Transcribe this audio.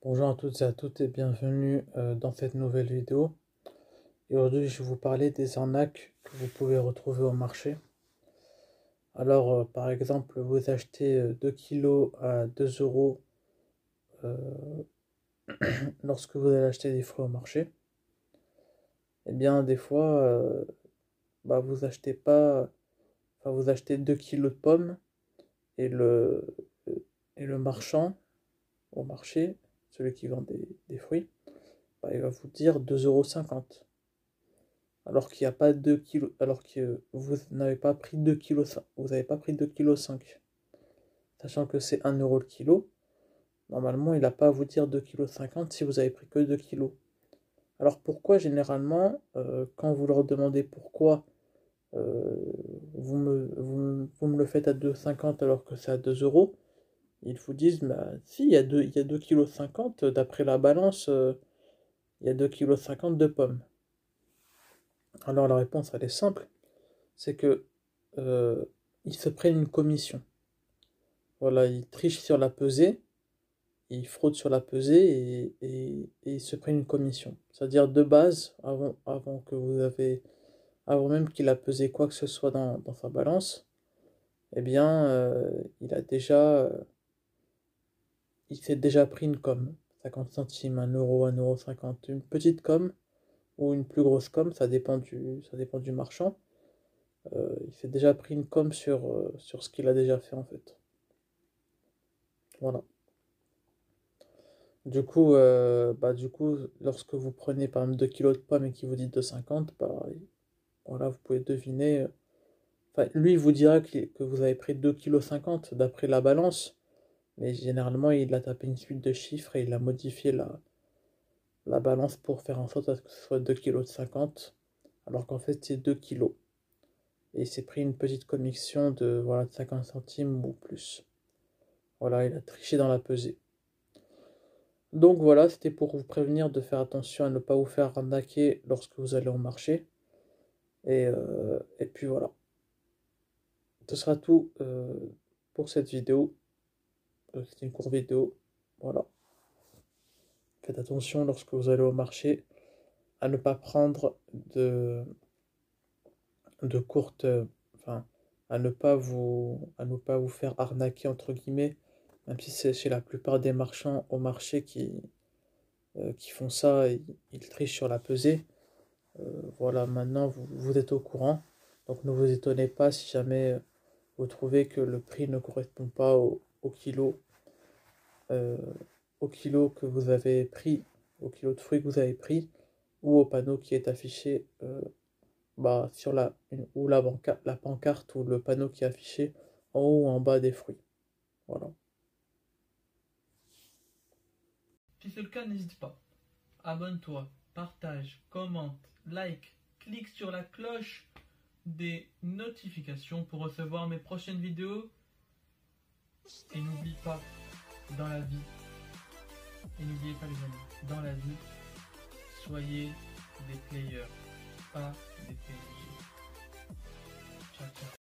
Bonjour à toutes et à toutes et bienvenue dans cette nouvelle vidéo. Et aujourd'hui, je vais vous parler des arnaques que vous pouvez retrouver au marché. Alors, par exemple, vous achetez 2 kilos à 2 euros euh, lorsque vous allez acheter des fruits au marché. Eh bien, des fois, vous achetez pas, vous achetez 2 kilos de pommes et le marchand au marché, celui qui vend des fruits, il va vous dire 2,50 €. Alors qu'il n'y a pas 2 kilos, alors que vous n'avez pas pris 2 kilos, vous n'avez pas pris 2,5 kg. Sachant que c'est 1 € le kilo, normalement il n'a pas à vous dire 2,50 kg si vous avez pris que 2 kilos. Alors pourquoi généralement, quand vous leur demandez pourquoi euh, vous me le faites à 2,50 € alors que c'est à 2 euros, ils vous disent, bah si, il y a 2,50 kg, d'après la balance, il y a 2,50 kg de pommes. Alors la réponse elle est simple, c'est que euh, ils se prennent une commission. Voilà, ils trichent sur la pesée, ils fraudent sur la pesée et ils se prennent une commission. C'est-à-dire de base, avant même qu'il a pesé quoi que ce soit dans sa balance, eh bien, il s'est déjà pris une com. 50 centimes, 1 €, 1,50 €, une petite com ou une plus grosse com, ça dépend du marchand. Il s'est déjà pris une com sur ce qu'il a déjà fait en fait. Voilà. Du coup, lorsque vous prenez par exemple 2 kilos de pommes et qu'il vous dit 2,50 €, voilà, vous pouvez deviner. Enfin, lui, il vous dira que vous avez pris 2,50 kg d'après la balance, mais généralement, il a tapé une suite de chiffres et il a modifié la balance pour faire en sorte à ce que ce soit 2,50 kg, alors qu'en fait, c'est 2 kilos. Et il s'est pris une petite commission de, voilà, de 50 centimes ou plus. Voilà, il a triché dans la pesée. Donc voilà, c'était pour vous prévenir de faire attention à ne pas vous faire arnaquer lorsque vous allez au marché. Et puis voilà, ce sera tout pour cette vidéo. C'est une courte vidéo. Voilà, faites attention lorsque vous allez au marché à ne pas prendre de courtes, enfin, à ne pas vous faire arnaquer entre guillemets, même si c'est chez la plupart des marchands au marché qui font ça, ils trichent sur la pesée. Voilà, maintenant vous êtes au courant. Donc ne vous étonnez pas si jamais vous trouvez que le prix ne correspond pas euh, au kilo que vous avez pris, au kilo de fruits que vous avez pris, ou au panneau qui est affiché sur la pancarte ou le panneau qui est affiché en haut ou en bas des fruits. Voilà. Si c'est le cas, n'hésite pas. Abonne-toi, partage, commente, like, clique sur la cloche des notifications pour recevoir mes prochaines vidéos. Et n'oublie pas, dans la vie, et n'oubliez pas les amis, dans la vie, soyez des players, pas des PNJ. Ciao, ciao.